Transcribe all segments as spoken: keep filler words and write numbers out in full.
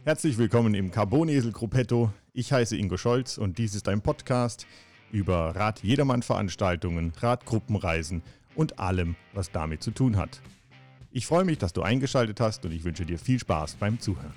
Herzlich willkommen im Carbon-Esel Gruppetto. Ich heiße Ingo Scholz und dies ist ein Podcast über Rad-Jedermann-Veranstaltungen, Radgruppenreisen und allem, was damit zu tun hat. Ich freue mich, dass du eingeschaltet hast und ich wünsche dir viel Spaß beim Zuhören.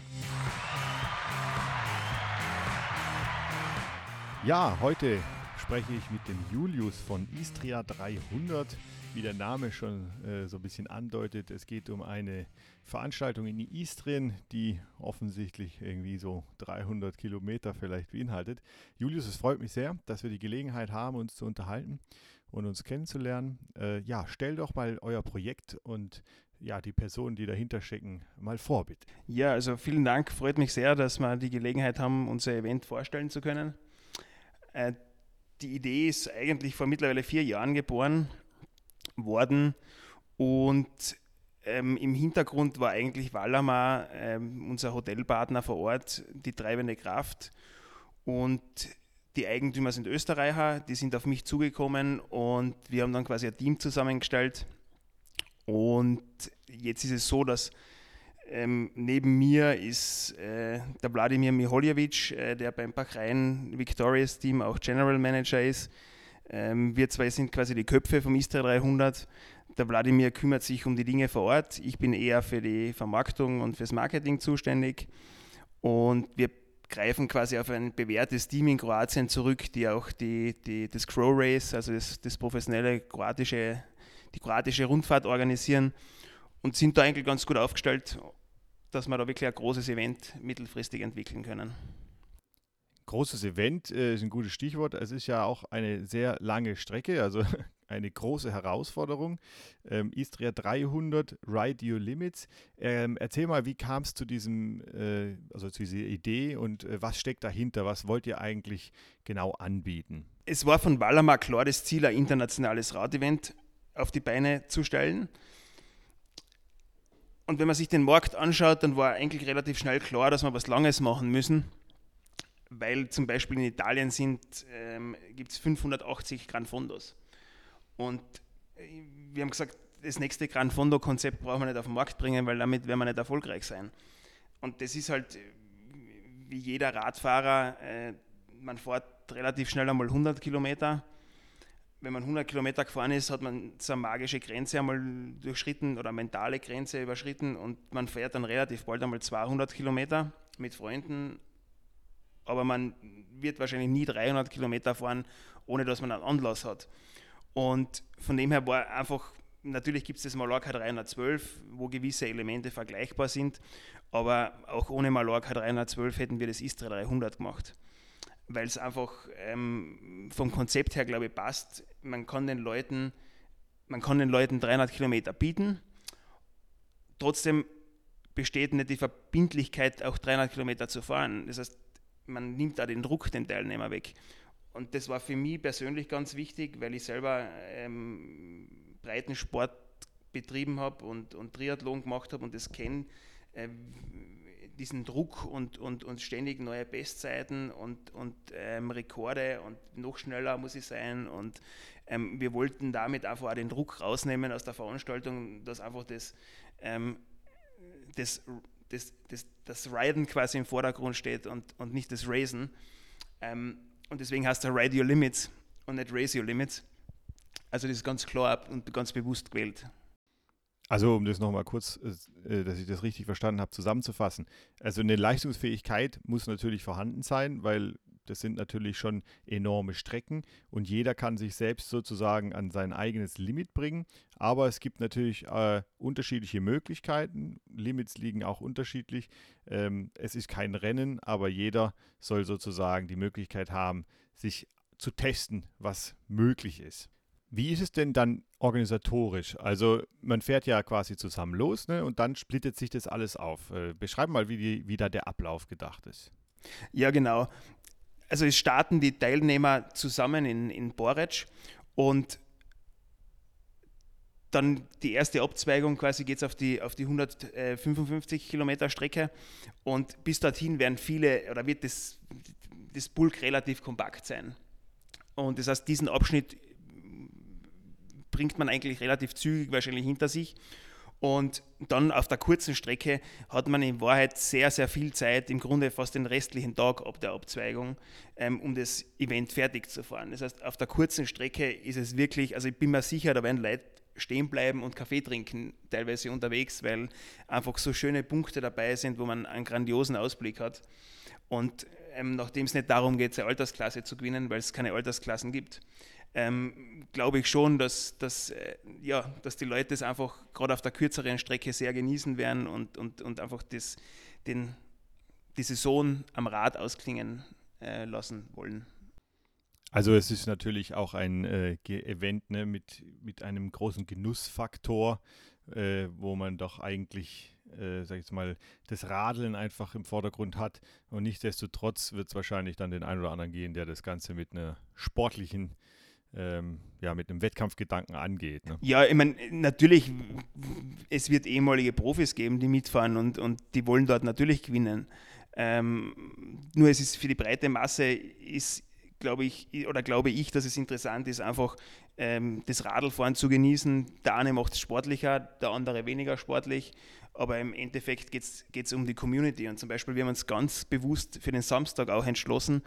Ja, heute spreche ich mit dem Julius von Istria dreihundert. Wie der Name schon äh, so ein bisschen andeutet, es geht um eine Veranstaltung in Istrien, die offensichtlich irgendwie so dreihundert Kilometer vielleicht beinhaltet. Julius, es freut mich sehr, dass wir die Gelegenheit haben, uns zu unterhalten und uns kennenzulernen. Äh, ja, stell doch mal euer Projekt und ja, die Personen, die dahinter stecken, mal vor, bitte. Ja, also vielen Dank. Freut mich sehr, dass wir die Gelegenheit haben, unser Event vorstellen zu können. Äh, die Idee ist eigentlich vor mittlerweile vier Jahren geboren worden und ähm, im Hintergrund war eigentlich Wallermar, ähm, unser Hotelpartner vor Ort, die treibende Kraft, und die Eigentümer sind Österreicher, die sind auf mich zugekommen und wir haben dann quasi ein Team zusammengestellt. Und jetzt ist es so, dass ähm, neben mir ist äh, der Wladimir Miholjevic, äh, der beim Bahrain Victorious Team auch General Manager ist. Ähm, wir zwei sind quasi die Köpfe vom Istria dreihundert. Der Wladimir kümmert sich um die Dinge vor Ort. Ich bin eher für die Vermarktung und fürs Marketing zuständig. Und wir greifen quasi auf ein bewährtes Team in Kroatien zurück, die auch die, die, das Crow Race, also das, das professionelle kroatische, die kroatische Rundfahrt organisieren, und sind da eigentlich ganz gut aufgestellt, dass wir da wirklich ein großes Event mittelfristig entwickeln können. Großes Event äh, ist ein gutes Stichwort. Es ist ja auch eine sehr lange Strecke, also eine große Herausforderung. Ähm, Istria dreihundert, Ride Your Limits. Ähm, erzähl mal, wie kam es zu diesem, äh, also zu dieser Idee und äh, was steckt dahinter? Was wollt ihr eigentlich genau anbieten? Es war von Wallermar klar das Ziel, ein internationales Radevent auf die Beine zu stellen. Und wenn man sich den Markt anschaut, dann war eigentlich relativ schnell klar, dass wir was Langes machen müssen. Weil zum Beispiel in Italien ähm, gibt es fünfhundertachtzig Gran Fondos. Und wir haben gesagt, das nächste Gran Fondo-Konzept brauchen wir nicht auf den Markt bringen, weil damit werden wir nicht erfolgreich sein. Und das ist halt wie jeder Radfahrer, äh, man fährt relativ schnell einmal hundert Kilometer. Wenn man hundert Kilometer gefahren ist, hat man so eine magische Grenze einmal durchschritten oder eine mentale Grenze überschritten, und man fährt dann relativ bald einmal zweihundert Kilometer mit Freunden. Aber man wird wahrscheinlich nie dreihundert Kilometer fahren, ohne dass man einen Anlass hat. Und von dem her war einfach, natürlich gibt es das Mallorca dreihundertzwölf, wo gewisse Elemente vergleichbar sind, aber auch ohne Mallorca dreihundertzwölf hätten wir das Istria dreihundert gemacht. Weil es einfach ähm, vom Konzept her, glaube ich, passt. Man kann den Leuten, man kann den Leuten dreihundert Kilometer bieten, trotzdem besteht nicht die Verbindlichkeit, auch dreihundert Kilometer zu fahren. Das heißt, man nimmt da den Druck den Teilnehmer weg. Und das war für mich persönlich ganz wichtig, weil ich selber ähm, Breitensport betrieben habe und, und Triathlon gemacht habe und das kenne, äh, diesen Druck und, und, und ständig neue Bestzeiten und, und ähm, Rekorde und noch schneller muss ich sein. Und ähm, wir wollten damit einfach auch den Druck rausnehmen aus der Veranstaltung, dass einfach das, ähm, das Das, das, das Riden quasi im Vordergrund steht und, und nicht das Racen. Ähm, und deswegen heißt er Ride Your Limits und nicht Race Your Limits. Also das ist ganz klar und ganz bewusst gewählt. Also um das nochmal kurz, äh, dass ich das richtig verstanden habe, zusammenzufassen. Also eine Leistungsfähigkeit muss natürlich vorhanden sein, weil das sind natürlich schon enorme Strecken und jeder kann sich selbst sozusagen an sein eigenes Limit bringen. Aber es gibt natürlich äh, unterschiedliche Möglichkeiten. Limits liegen auch unterschiedlich. Ähm, es ist kein Rennen, aber jeder soll sozusagen die Möglichkeit haben, sich zu testen, was möglich ist. Wie ist es denn dann organisatorisch? Also man fährt ja quasi zusammen los, ne, und dann splittet sich das alles auf. Äh, beschreib mal, wie, die, wie da der Ablauf gedacht ist. Ja, genau. Also es starten die Teilnehmer zusammen in, in Boreč und dann die erste Abzweigung quasi geht es auf die, auf die hundertfünfundfünfzig Kilometer Strecke, und bis dorthin werden viele, oder wird das, das Bulk relativ kompakt sein. Und das heißt, diesen Abschnitt bringt man eigentlich relativ zügig wahrscheinlich hinter sich. Und dann auf der kurzen Strecke hat man in Wahrheit sehr, sehr viel Zeit, im Grunde fast den restlichen Tag ab der Abzweigung, ähm, um das Event fertig zu fahren. Das heißt, auf der kurzen Strecke ist es wirklich, also ich bin mir sicher, da werden Leute stehen bleiben und Kaffee trinken, teilweise unterwegs, weil einfach so schöne Punkte dabei sind, wo man einen grandiosen Ausblick hat. Und ähm, nachdem es nicht darum geht, eine Altersklasse zu gewinnen, weil es keine Altersklassen gibt, ähm, glaube ich schon, dass, dass, äh, ja, dass die Leute es einfach gerade auf der kürzeren Strecke sehr genießen werden und, und, und einfach das, den, die Saison am Rad ausklingen äh, lassen wollen. Also es ist natürlich auch ein äh, Event, ne, mit, mit einem großen Genussfaktor, äh, wo man doch eigentlich, äh, sag ich jetzt mal, das Radeln einfach im Vordergrund hat. Und nichtsdestotrotz wird es wahrscheinlich dann den einen oder anderen gehen, der das Ganze mit einer sportlichen, ähm, ja, mit einem Wettkampfgedanken angeht. Ne? Ja, ich meine, natürlich, es wird ehemalige Profis geben, die mitfahren und, und die wollen dort natürlich gewinnen. Ähm, nur es ist für die breite Masse ist glaube ich, oder glaube ich, dass es interessant ist, einfach ähm, das Radlfahren zu genießen. Der eine macht es sportlicher, der andere weniger sportlich, aber im Endeffekt geht es um die Community. Und zum Beispiel, wir haben uns ganz bewusst für den Samstag auch entschlossen,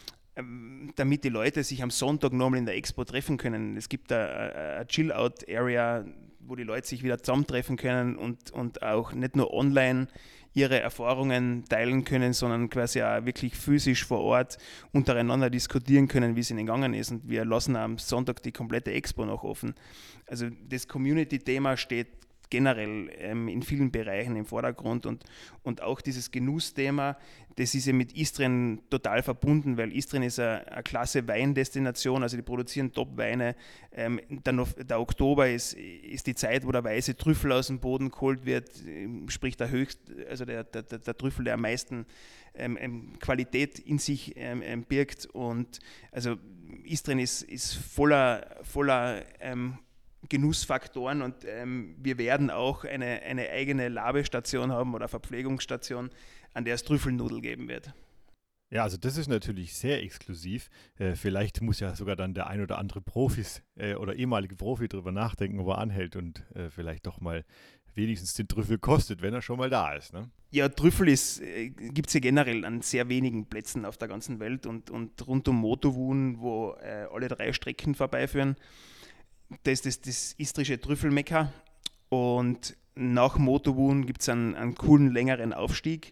ähm, damit die Leute sich am Sonntag nochmal in der Expo treffen können. Es gibt eine Chill-Out-Area, wo die Leute sich wieder zusammentreffen können und, und auch nicht nur online ihre Erfahrungen teilen können, sondern quasi auch wirklich physisch vor Ort untereinander diskutieren können, wie es ihnen gegangen ist. Und wir lassen am Sonntag die komplette Expo noch offen. Also das Community-Thema steht generell ähm, in vielen Bereichen im Vordergrund und, und auch dieses Genussthema, das ist ja mit Istrien total verbunden, weil Istrien ist eine, eine klasse Weindestination, also die produzieren Top-Weine. Ähm, der, der Oktober ist, ist die Zeit, wo der weiße Trüffel aus dem Boden geholt wird, sprich der höchst, also der, der, der Trüffel, der am meisten ähm, Qualität in sich ähm, birgt. Und also Istrien ist, ist voller, voller ähm, Genussfaktoren und ähm, wir werden auch eine, eine eigene Labestation haben oder Verpflegungsstation, an der es Trüffelnudel geben wird. Ja, also das ist natürlich sehr exklusiv. Äh, vielleicht muss ja sogar dann der ein oder andere Profis äh, oder ehemalige Profi drüber nachdenken, wo er anhält und äh, vielleicht doch mal wenigstens den Trüffel kostet, wenn er schon mal da ist. Ne? Ja, Trüffel äh, gibt es ja generell an sehr wenigen Plätzen auf der ganzen Welt und, und rund um Motovun, wo äh, alle drei Strecken vorbeiführen. Das ist das, das istrische Trüffelmekka und nach Motovun gibt es einen, einen coolen, längeren Aufstieg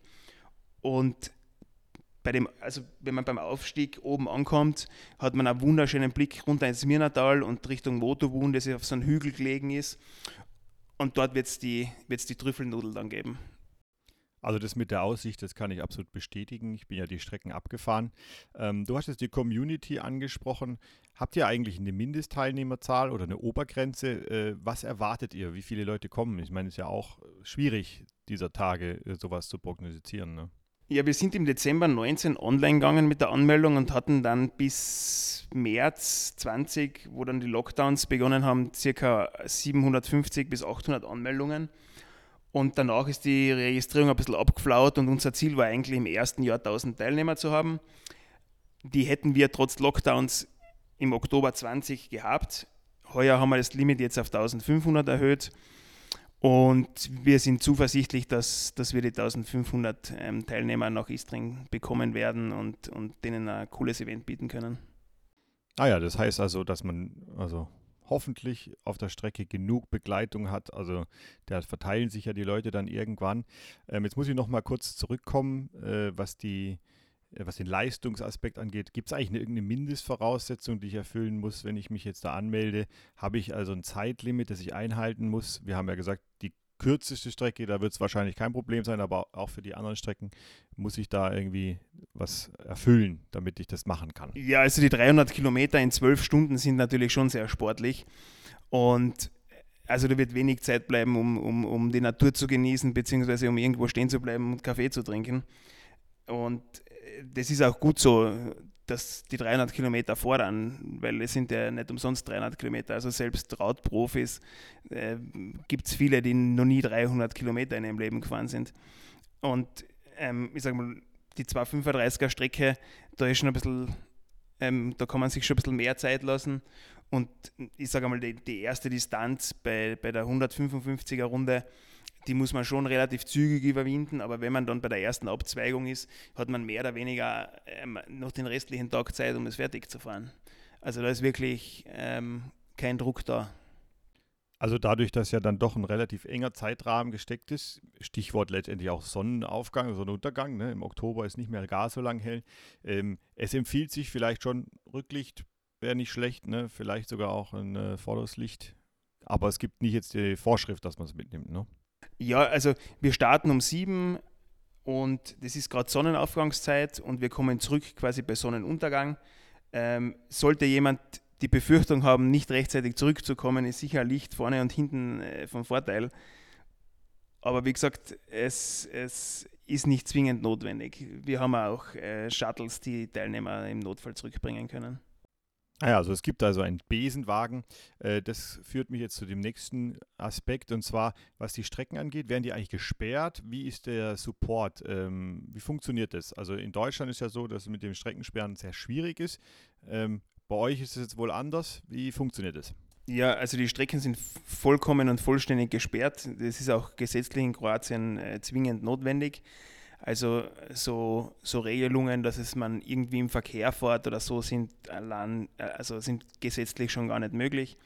und bei dem, also wenn man beim Aufstieg oben ankommt, hat man einen wunderschönen Blick runter ins Mirnatal und Richtung Motovun, das auf so einem Hügel gelegen ist und dort wird es die, wird's die Trüffelnudel dann geben. Also das mit der Aussicht, das kann ich absolut bestätigen. Ich bin ja die Strecken abgefahren. Ähm, du hast jetzt die Community angesprochen. Habt ihr eigentlich eine Mindestteilnehmerzahl oder eine Obergrenze? Äh, was erwartet ihr? Wie viele Leute kommen? Ich meine, es ist ja auch schwierig, dieser Tage äh, sowas zu prognostizieren. Ne? Ja, wir sind im Dezember neunzehn online gegangen mit der Anmeldung und hatten dann bis März zwanzig, wo dann die Lockdowns begonnen haben, circa siebenhundertfünfzig bis achthundert Anmeldungen. Und danach ist die Registrierung ein bisschen abgeflaut und unser Ziel war eigentlich im ersten Jahr tausend Teilnehmer zu haben. Die hätten wir trotz Lockdowns im Oktober zwanzig gehabt. Heuer haben wir das Limit jetzt auf eintausendfünfhundert erhöht und wir sind zuversichtlich, dass, dass wir die eintausendfünfhundert ähm, Teilnehmer nach Istring bekommen werden und, und denen ein cooles Event bieten können. Ah ja, das heißt also, dass man also hoffentlich auf der Strecke genug Begleitung hat. Also da verteilen sich ja die Leute dann irgendwann. Ähm, jetzt muss ich noch mal kurz zurückkommen, äh, was die was den Leistungsaspekt angeht. Gibt es eigentlich eine, irgendeine Mindestvoraussetzung, die ich erfüllen muss, wenn ich mich jetzt da anmelde? Habe ich also ein Zeitlimit, das ich einhalten muss? Wir haben ja gesagt, die kürzeste Strecke, da wird es wahrscheinlich kein Problem sein, aber auch für die anderen Strecken muss ich da irgendwie was erfüllen, damit ich das machen kann. Ja, also die dreihundert Kilometer in zwölf Stunden sind natürlich schon sehr sportlich und also da wird wenig Zeit bleiben, um, um, um die Natur zu genießen, beziehungsweise um irgendwo stehen zu bleiben und Kaffee zu trinken. Und das ist auch gut so, dass die dreihundert Kilometer fordern, weil es sind ja nicht umsonst dreihundert Kilometer. Also selbst Radprofis äh, gibt es viele, die noch nie dreihundert Kilometer in ihrem Leben gefahren sind. Und ähm, ich sage mal, die zweihundertfünfunddreißiger Strecke, da ist schon ein bisschen, ähm, da kann man sich schon ein bisschen mehr Zeit lassen. Und ich sage mal, die, die erste Distanz bei, bei der hundertfünfundfünfziger Runde, die muss man schon relativ zügig überwinden, aber wenn man dann bei der ersten Abzweigung ist, hat man mehr oder weniger ähm, noch den restlichen Tag Zeit, um es fertig zu fahren. Also da ist wirklich ähm, kein Druck da. Also dadurch, dass ja dann doch ein relativ enger Zeitrahmen gesteckt ist, Stichwort letztendlich auch Sonnenaufgang, Sonnenuntergang, ne? Im Oktober ist nicht mehr gar so lang hell. Ähm, es empfiehlt sich vielleicht schon, Rücklicht wäre nicht schlecht, ne? Vielleicht sogar auch ein äh, Vorderlicht. Aber es gibt nicht jetzt die Vorschrift, dass man es mitnimmt, ne? Ja, also wir starten um sieben und das ist gerade Sonnenaufgangszeit und wir kommen zurück quasi bei Sonnenuntergang. Ähm, sollte jemand die Befürchtung haben, nicht rechtzeitig zurückzukommen, ist sicher Licht vorne und hinten äh, von Vorteil. Aber wie gesagt, es, es ist nicht zwingend notwendig. Wir haben auch äh, Shuttles, die Teilnehmer im Notfall zurückbringen können. Ah ja, also es gibt also einen Besenwagen. Äh, das führt mich jetzt zu dem nächsten Aspekt, und zwar, was die Strecken angeht, werden die eigentlich gesperrt? Wie ist der Support? Ähm, wie funktioniert das? Also in Deutschland ist ja so, dass es mit dem Streckensperren sehr schwierig ist. Ähm, bei euch ist es jetzt wohl anders. Wie funktioniert das? Ja, also die Strecken sind vollkommen und vollständig gesperrt. Das ist auch gesetzlich in Kroatien äh, zwingend notwendig. Also so, so Regelungen, dass es man irgendwie im Verkehr fährt oder so, sind allein, also sind gesetzlich schon gar nicht möglich.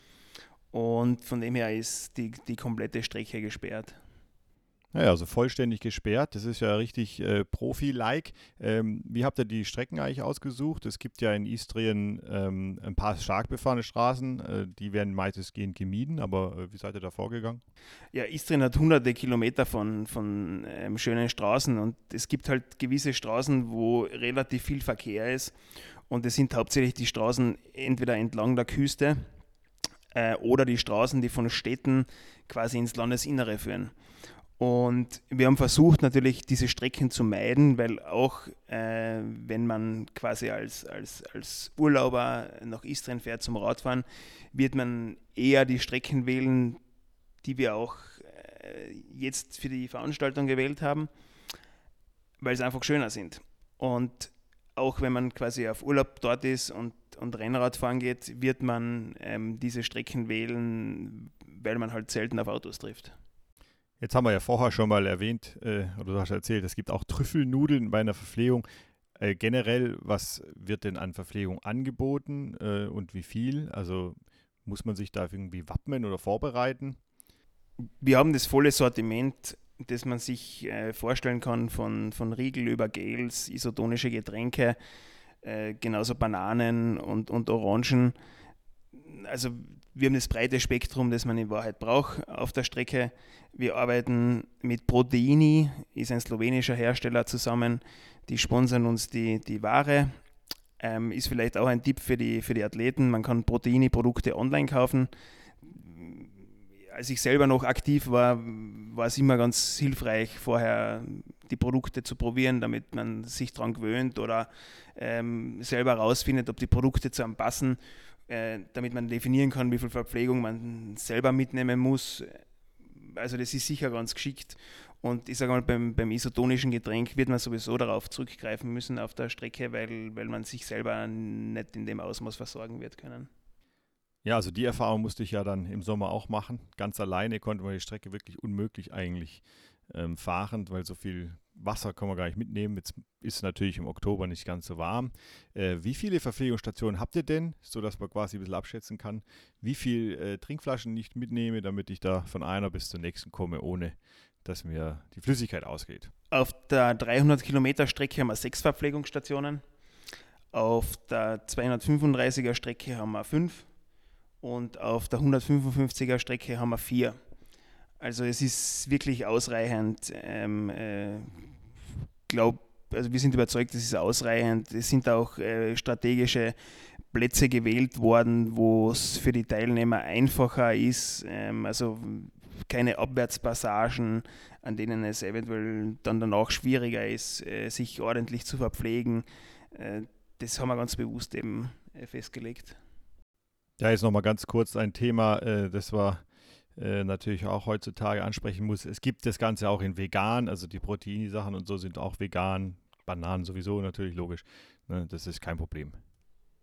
Und von dem her ist die, die komplette Strecke gesperrt. Naja, also vollständig gesperrt. Das ist ja richtig äh, Profi-like. Ähm, wie habt ihr die Strecken eigentlich ausgesucht? Es gibt ja in Istrien ähm, ein paar stark befahrene Straßen. Äh, die werden meistens gemieden, aber äh, wie seid ihr da vorgegangen? Ja, Istrien hat hunderte Kilometer von, von ähm, schönen Straßen und es gibt halt gewisse Straßen, wo relativ viel Verkehr ist und es sind hauptsächlich die Straßen entweder entlang der Küste äh, oder die Straßen, die von Städten quasi ins Landesinnere führen. Und wir haben versucht, natürlich diese Strecken zu meiden, weil auch äh, wenn man quasi als, als, als Urlauber nach Istrien fährt zum Radfahren, wird man eher die Strecken wählen, die wir auch äh, jetzt für die Veranstaltung gewählt haben, weil sie einfach schöner sind. Und auch wenn man quasi auf Urlaub dort ist und, und Rennrad fahren geht, wird man ähm, diese Strecken wählen, weil man halt selten auf Autos trifft. Jetzt haben wir ja vorher schon mal erwähnt, äh, oder du hast erzählt, es gibt auch Trüffelnudeln bei einer Verpflegung. Äh, generell, was wird denn an Verpflegung angeboten äh, und wie viel? Also muss man sich da irgendwie wappnen oder vorbereiten? Wir haben das volle Sortiment, das man sich äh, vorstellen kann, von, von Riegel über Gels, isotonische Getränke, äh, genauso Bananen und, und Orangen. Also wir haben das breite Spektrum, das man in Wahrheit braucht auf der Strecke. Wir arbeiten mit Proteini, ist ein slowenischer Hersteller, zusammen. Die sponsern uns die, die Ware. Ähm, ist vielleicht auch ein Tipp für die, für die Athleten. Man kann Proteini-Produkte online kaufen. Als ich selber noch aktiv war, war es immer ganz hilfreich, vorher die Produkte zu probieren, damit man sich daran gewöhnt oder ähm, selber herausfindet, ob die Produkte zu einem passen, äh, damit man definieren kann, wie viel Verpflegung man selber mitnehmen muss. Also das ist sicher ganz geschickt. Und ich sage mal, beim, beim isotonischen Getränk wird man sowieso darauf zurückgreifen müssen auf der Strecke, weil, weil man sich selber nicht in dem Ausmaß versorgen wird können. Ja, also die Erfahrung musste ich ja dann im Sommer auch machen. Ganz alleine konnte man die Strecke wirklich unmöglich eigentlich ähm, fahren, weil so viel Wasser kann man gar nicht mitnehmen. Jetzt ist es natürlich im Oktober nicht ganz so warm. Äh, wie viele Verpflegungsstationen habt ihr denn, sodass man quasi ein bisschen abschätzen kann, wie viel äh, Trinkflaschen ich mitnehme, damit ich da von einer bis zur nächsten komme, ohne dass mir die Flüssigkeit ausgeht? Auf der dreihundert Kilometer Strecke haben wir sechs Verpflegungsstationen. Auf der zweihundertfünfunddreißiger Strecke haben wir fünf. Und auf der hundertfünfundfünfziger Strecke haben wir vier. Also es ist wirklich ausreichend. Ähm, äh, glaub, also wir sind überzeugt, es ist ausreichend. Es sind auch äh, strategische Plätze gewählt worden, wo es für die Teilnehmer einfacher ist. Ähm, also keine Abwärtspassagen, an denen es eventuell dann danach schwieriger ist, äh, sich ordentlich zu verpflegen. Äh, das haben wir ganz bewusst eben äh, festgelegt. Ja, jetzt nochmal ganz kurz ein Thema, äh, das wir äh, natürlich auch heutzutage ansprechen muss. Es gibt das Ganze auch in vegan, also die Proteini-Sachen und so sind auch vegan, Bananen sowieso natürlich logisch. Ne, das ist kein Problem.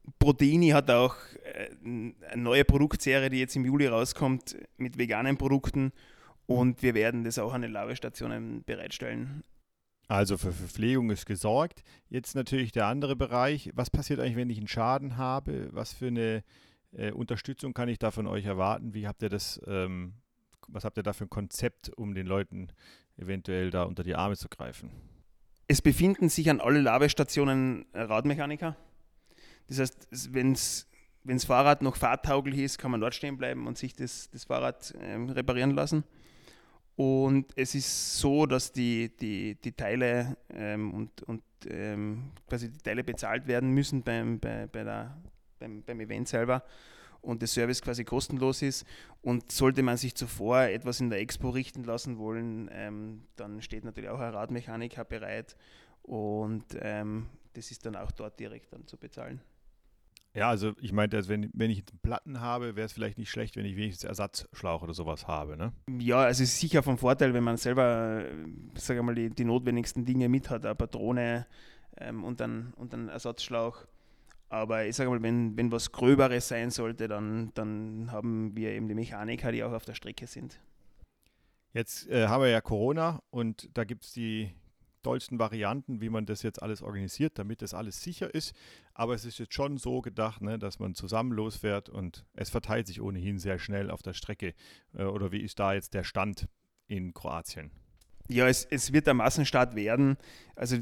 Proteini hat auch äh, eine neue Produktserie, die jetzt im Juli rauskommt, mit veganen Produkten. Und wir werden das auch an den Labestationen bereitstellen. Also für Verpflegung ist gesorgt. Jetzt natürlich der andere Bereich. Was passiert eigentlich, wenn ich einen Schaden habe? Was für eine äh, Unterstützung kann ich da von euch erwarten? Wie habt ihr das, ähm, was habt ihr da für ein Konzept, um den Leuten eventuell da unter die Arme zu greifen? Es befinden sich an alle Labestationen Radmechaniker. Das heißt, wenn das Fahrrad noch fahrtauglich ist, kann man dort stehen bleiben und sich das, das Fahrrad ähm, reparieren lassen. Und es ist so, dass die, die, die Teile ähm, und, und ähm, quasi die Teile bezahlt werden müssen beim, bei, bei der, beim, beim Event selber und der Service quasi kostenlos ist. Und sollte man sich zuvor etwas in der Expo richten lassen wollen, ähm, dann steht natürlich auch ein Radmechaniker bereit und ähm, das ist dann auch dort direkt dann zu bezahlen. Ja, also ich meinte, also wenn, wenn ich jetzt Platten habe, wäre es vielleicht nicht schlecht, wenn ich wenigstens Ersatzschlauch oder sowas habe, ne? Ja, also es ist sicher von Vorteil, wenn man selber, sage ich mal, die, die notwendigsten Dinge mit hat, eine Patrone ähm, und, dann, und einen Ersatzschlauch. Aber ich sage mal, wenn, wenn was Gröberes sein sollte, dann, dann haben wir eben die Mechaniker, die auch auf der Strecke sind. Jetzt äh, haben wir ja Corona und da gibt es die tollsten Varianten, wie man das jetzt alles organisiert, damit das alles sicher ist. Aber es ist jetzt schon so gedacht, ne, dass man zusammen losfährt und es verteilt sich ohnehin sehr schnell auf der Strecke. Äh, oder wie ist da jetzt der Stand in Kroatien? Ja, es, es wird ein Massenstart werden. Also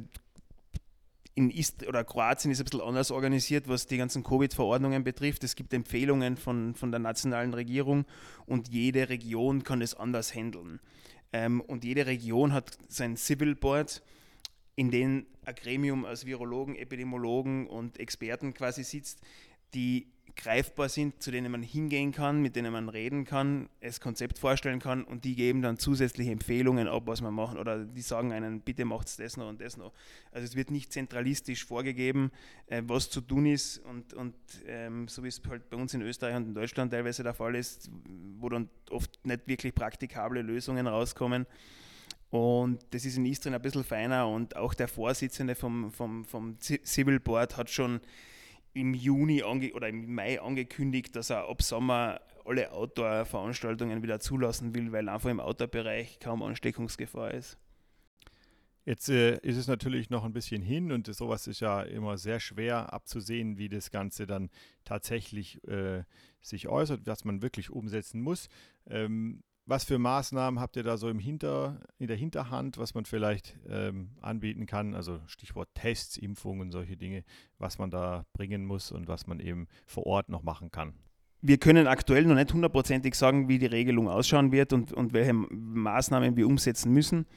in Ist oder Kroatien ist ein bisschen anders organisiert, was die ganzen Covid-Verordnungen betrifft. Es gibt Empfehlungen von, von der nationalen Regierung und jede Region kann es anders handeln. Ähm, und jede Region hat sein Civil Board, in dem ein Gremium aus Virologen, Epidemiologen und Experten quasi sitzt, die greifbar sind, zu denen man hingehen kann, mit denen man reden kann, das Konzept vorstellen kann und die geben dann zusätzliche Empfehlungen ab, was man machen oder die sagen einen, bitte macht das noch und das noch. Also es wird nicht zentralistisch vorgegeben, äh, was zu tun ist und, und ähm, so wie es halt bei uns in Österreich und in Deutschland teilweise der Fall ist, wo dann oft nicht wirklich praktikable Lösungen rauskommen. Und das ist in Istrien ein bisschen feiner und auch der Vorsitzende vom, vom, vom Civil Board hat schon im Juni ange- oder im Mai angekündigt, dass er ab Sommer alle Outdoor-Veranstaltungen wieder zulassen will, weil einfach im Outdoor-Bereich kaum Ansteckungsgefahr ist. Jetzt äh, ist es natürlich noch ein bisschen hin und sowas ist ja immer sehr schwer abzusehen, wie das Ganze dann tatsächlich äh, sich äußert, was man wirklich umsetzen muss. Ähm, Was für Maßnahmen habt ihr da so im Hinter, in der Hinterhand, was man vielleicht ähm, anbieten kann? Also Stichwort Tests, Impfungen, solche Dinge, was man da bringen muss und was man eben vor Ort noch machen kann. Wir können aktuell noch nicht hundertprozentig sagen, wie die Regelung ausschauen wird und, und welche Maßnahmen wir umsetzen müssen.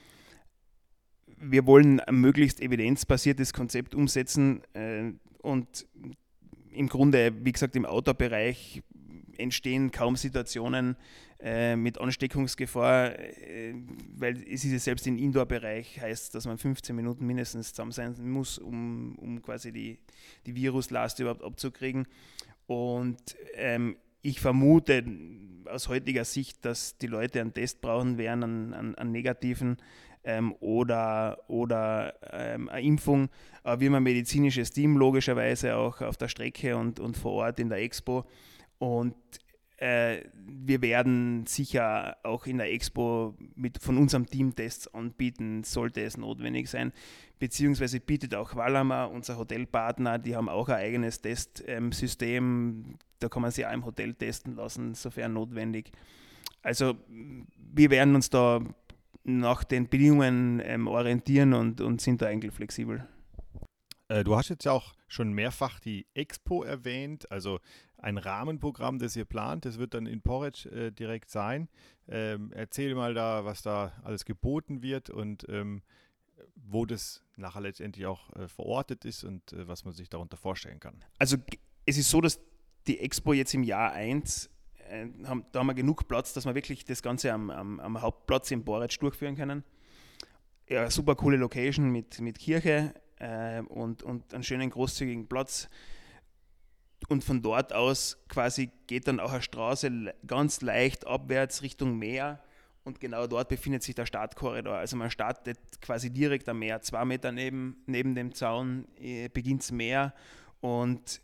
Wir wollen ein möglichst evidenzbasiertes Konzept umsetzen äh, und im Grunde, wie gesagt, im Outdoor-Bereich entstehen kaum Situationen äh, mit Ansteckungsgefahr, äh, weil es ist ja selbst im Indoor-Bereich heißt, dass man fünfzehn Minuten mindestens zusammen sein muss, um, um quasi die, die Viruslast überhaupt abzukriegen. Und ähm, ich vermute aus heutiger Sicht, dass die Leute einen Test brauchen werden, einen, einen, einen negativen ähm, oder, oder ähm, eine Impfung. Aber wir haben ein medizinisches Team logischerweise auch auf der Strecke und, und vor Ort in der Expo. Und äh, wir werden sicher auch in der Expo mit, von unserem Team Tests anbieten, sollte es notwendig sein. Beziehungsweise bietet auch Wallermer, unser Hotelpartner, die haben auch ein eigenes Testsystem. Ähm, da kann man sich auch im Hotel testen lassen, sofern notwendig. Also wir werden uns da nach den Bedingungen ähm, orientieren und, und sind da eigentlich flexibel. Äh, du hast jetzt ja auch schon mehrfach die Expo erwähnt, also ein Rahmenprogramm, das ihr plant, das wird dann in Poreč äh, direkt sein. Ähm, erzähl mal da, was da alles geboten wird und ähm, wo das nachher letztendlich auch äh, verortet ist und äh, was man sich darunter vorstellen kann. Also es ist so, dass die Expo jetzt im Jahr eins, äh, haben, da haben wir genug Platz, dass wir wirklich das Ganze am, am, am Hauptplatz in Poreč durchführen können. Ja, super coole Location mit, mit Kirche äh, und, und einen schönen großzügigen Platz. Und von dort aus quasi geht dann auch eine Straße ganz leicht abwärts Richtung Meer und genau dort befindet sich der Startkorridor. Also man startet quasi direkt am Meer, zwei Meter neben, neben dem Zaun äh, beginnt das Meer und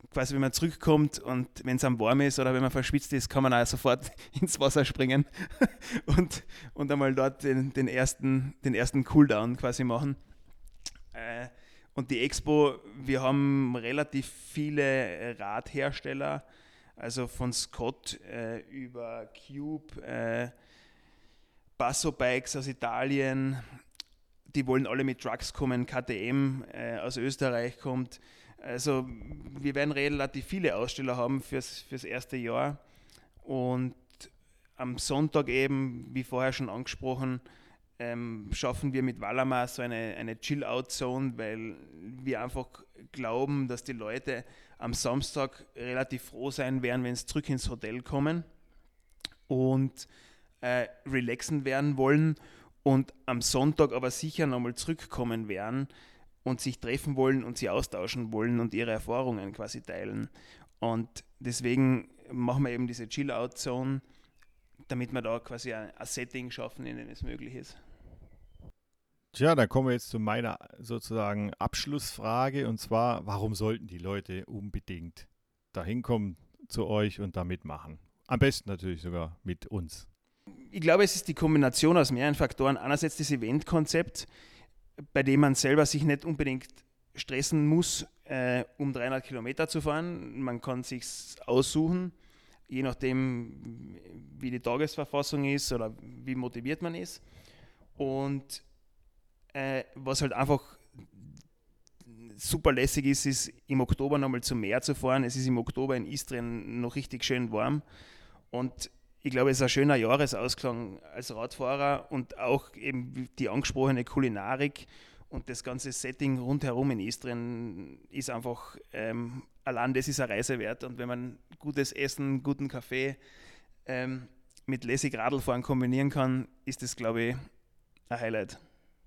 quasi wenn man zurückkommt und wenn es am warm ist oder wenn man verschwitzt ist, kann man auch sofort ins Wasser springen und, und einmal dort den, den, ersten, den ersten Cooldown quasi machen. Äh, und die Expo, wir haben relativ viele Radhersteller, also von Scott äh, über Cube, äh, Basso Bikes aus Italien, die wollen alle mit Trucks kommen, K T M äh, aus Österreich kommt. Also wir werden relativ viele Aussteller haben fürs, fürs erste Jahr. Und am Sonntag eben, wie vorher schon angesprochen, ähm, schaffen wir mit Valama so eine, eine Chill-Out-Zone, weil wir einfach glauben, dass die Leute am Samstag relativ froh sein werden, wenn sie zurück ins Hotel kommen und äh, relaxen werden wollen und am Sonntag aber sicher nochmal zurückkommen werden und sich treffen wollen und sie austauschen wollen und ihre Erfahrungen quasi teilen. Und deswegen machen wir eben diese Chill-Out-Zone, damit wir da quasi ein, ein Setting schaffen, in dem es möglich ist. Tja, dann kommen wir jetzt zu meiner sozusagen Abschlussfrage, und zwar, warum sollten die Leute unbedingt da hinkommen zu euch und da mitmachen? Am besten natürlich sogar mit uns. Ich glaube, es ist die Kombination aus mehreren Faktoren. Einerseits das Eventkonzept, bei dem man selber sich nicht unbedingt stressen muss, äh, um dreihundert Kilometer zu fahren. Man kann es sich aussuchen, je nachdem, wie die Tagesverfassung ist oder wie motiviert man ist. Und äh, was halt einfach super lässig ist, ist im Oktober nochmal zum Meer zu fahren. Es ist im Oktober in Istrien noch richtig schön warm. Und ich glaube, es ist ein schöner Jahresausklang als Radfahrer und auch eben die angesprochene Kulinarik und das ganze Setting rundherum in Istrien ist einfach, ähm, allein das ist eine Reise wert. Und wenn man gutes Essen, guten Kaffee ähm, mit lässig Radlfahren kombinieren kann, ist das, glaube ich, ein Highlight.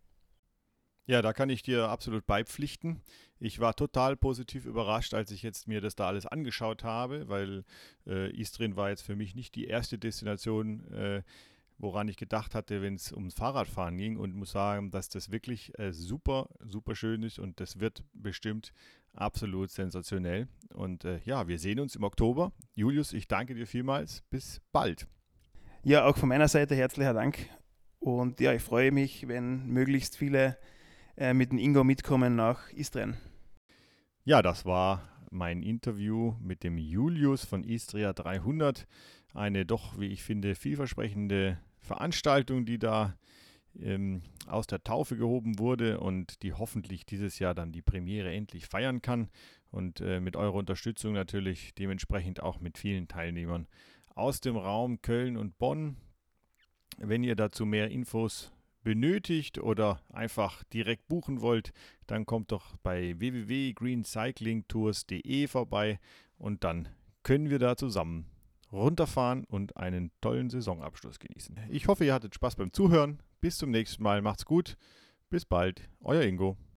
Ja, da kann ich dir absolut beipflichten. Ich war total positiv überrascht, als ich jetzt mir das da alles angeschaut habe, weil äh, Istrien war jetzt für mich nicht die erste Destination, äh, woran ich gedacht hatte, wenn es ums Fahrradfahren ging, und muss sagen, dass das wirklich äh, super, super schön ist und das wird bestimmt absolut sensationell. Und äh, ja, wir sehen uns im Oktober. Julius, ich danke dir vielmals. Bis bald. Ja, auch von meiner Seite herzlichen Dank. Und ja, ich freue mich, wenn möglichst viele äh, mit dem Ingo mitkommen nach Istrien. Ja, das war mein Interview mit dem Julius von Istria dreihundert. Eine doch, wie ich finde, vielversprechende Veranstaltung, die da ähm, aus der Taufe gehoben wurde und die hoffentlich dieses Jahr dann die Premiere endlich feiern kann. Und äh, mit eurer Unterstützung natürlich dementsprechend auch mit vielen Teilnehmern aus dem Raum Köln und Bonn. Wenn ihr dazu mehr Infos benötigt oder einfach direkt buchen wollt, dann kommt doch bei w w w punkt green cycling tours punkt d e vorbei und dann können wir da zusammen runterfahren und einen tollen Saisonabschluss genießen. Ich hoffe, ihr hattet Spaß beim Zuhören. Bis zum nächsten Mal. Macht's gut. Bis bald. Euer Ingo.